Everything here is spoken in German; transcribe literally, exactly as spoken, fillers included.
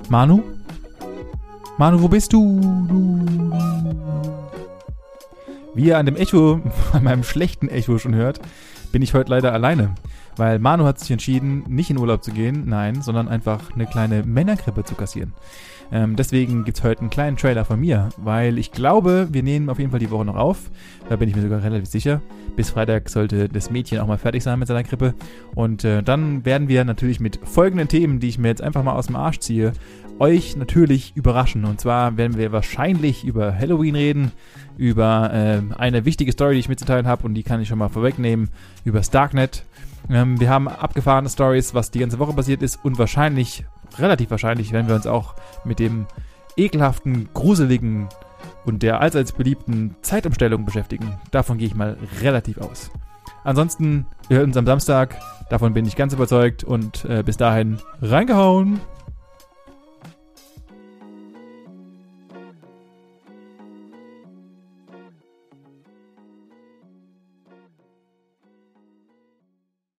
Manu? Manu, wo bist du? du? Wie ihr an dem Echo, an meinem schlechten Echo schon hört, bin ich heute leider alleine. Weil Manu hat sich entschieden, nicht in Urlaub zu gehen, nein, sondern einfach eine kleine Männergrippe zu kassieren. Ähm, deswegen gibt es heute einen kleinen Trailer von mir, weil ich glaube, wir nehmen auf jeden Fall die Woche noch auf. Da bin ich mir sogar relativ sicher. Bis Freitag sollte das Mädchen auch mal fertig sein mit seiner Grippe. Und äh, dann werden wir natürlich mit folgenden Themen, die ich mir jetzt einfach mal aus dem Arsch ziehe, euch natürlich überraschen. Und zwar werden wir wahrscheinlich über Halloween reden, über äh, eine wichtige Story, die ich mitzuteilen habe und die kann ich schon mal vorwegnehmen, über Darknet. Ähm, wir haben abgefahrene Stories, was die ganze Woche passiert ist und wahrscheinlich, relativ wahrscheinlich, werden wir uns auch mit dem ekelhaften, gruseligen und der allseits beliebten Zeitumstellung beschäftigen. Davon gehe ich mal relativ aus. Ansonsten, wir hören uns am Samstag, davon bin ich ganz überzeugt und äh, bis dahin reingehauen!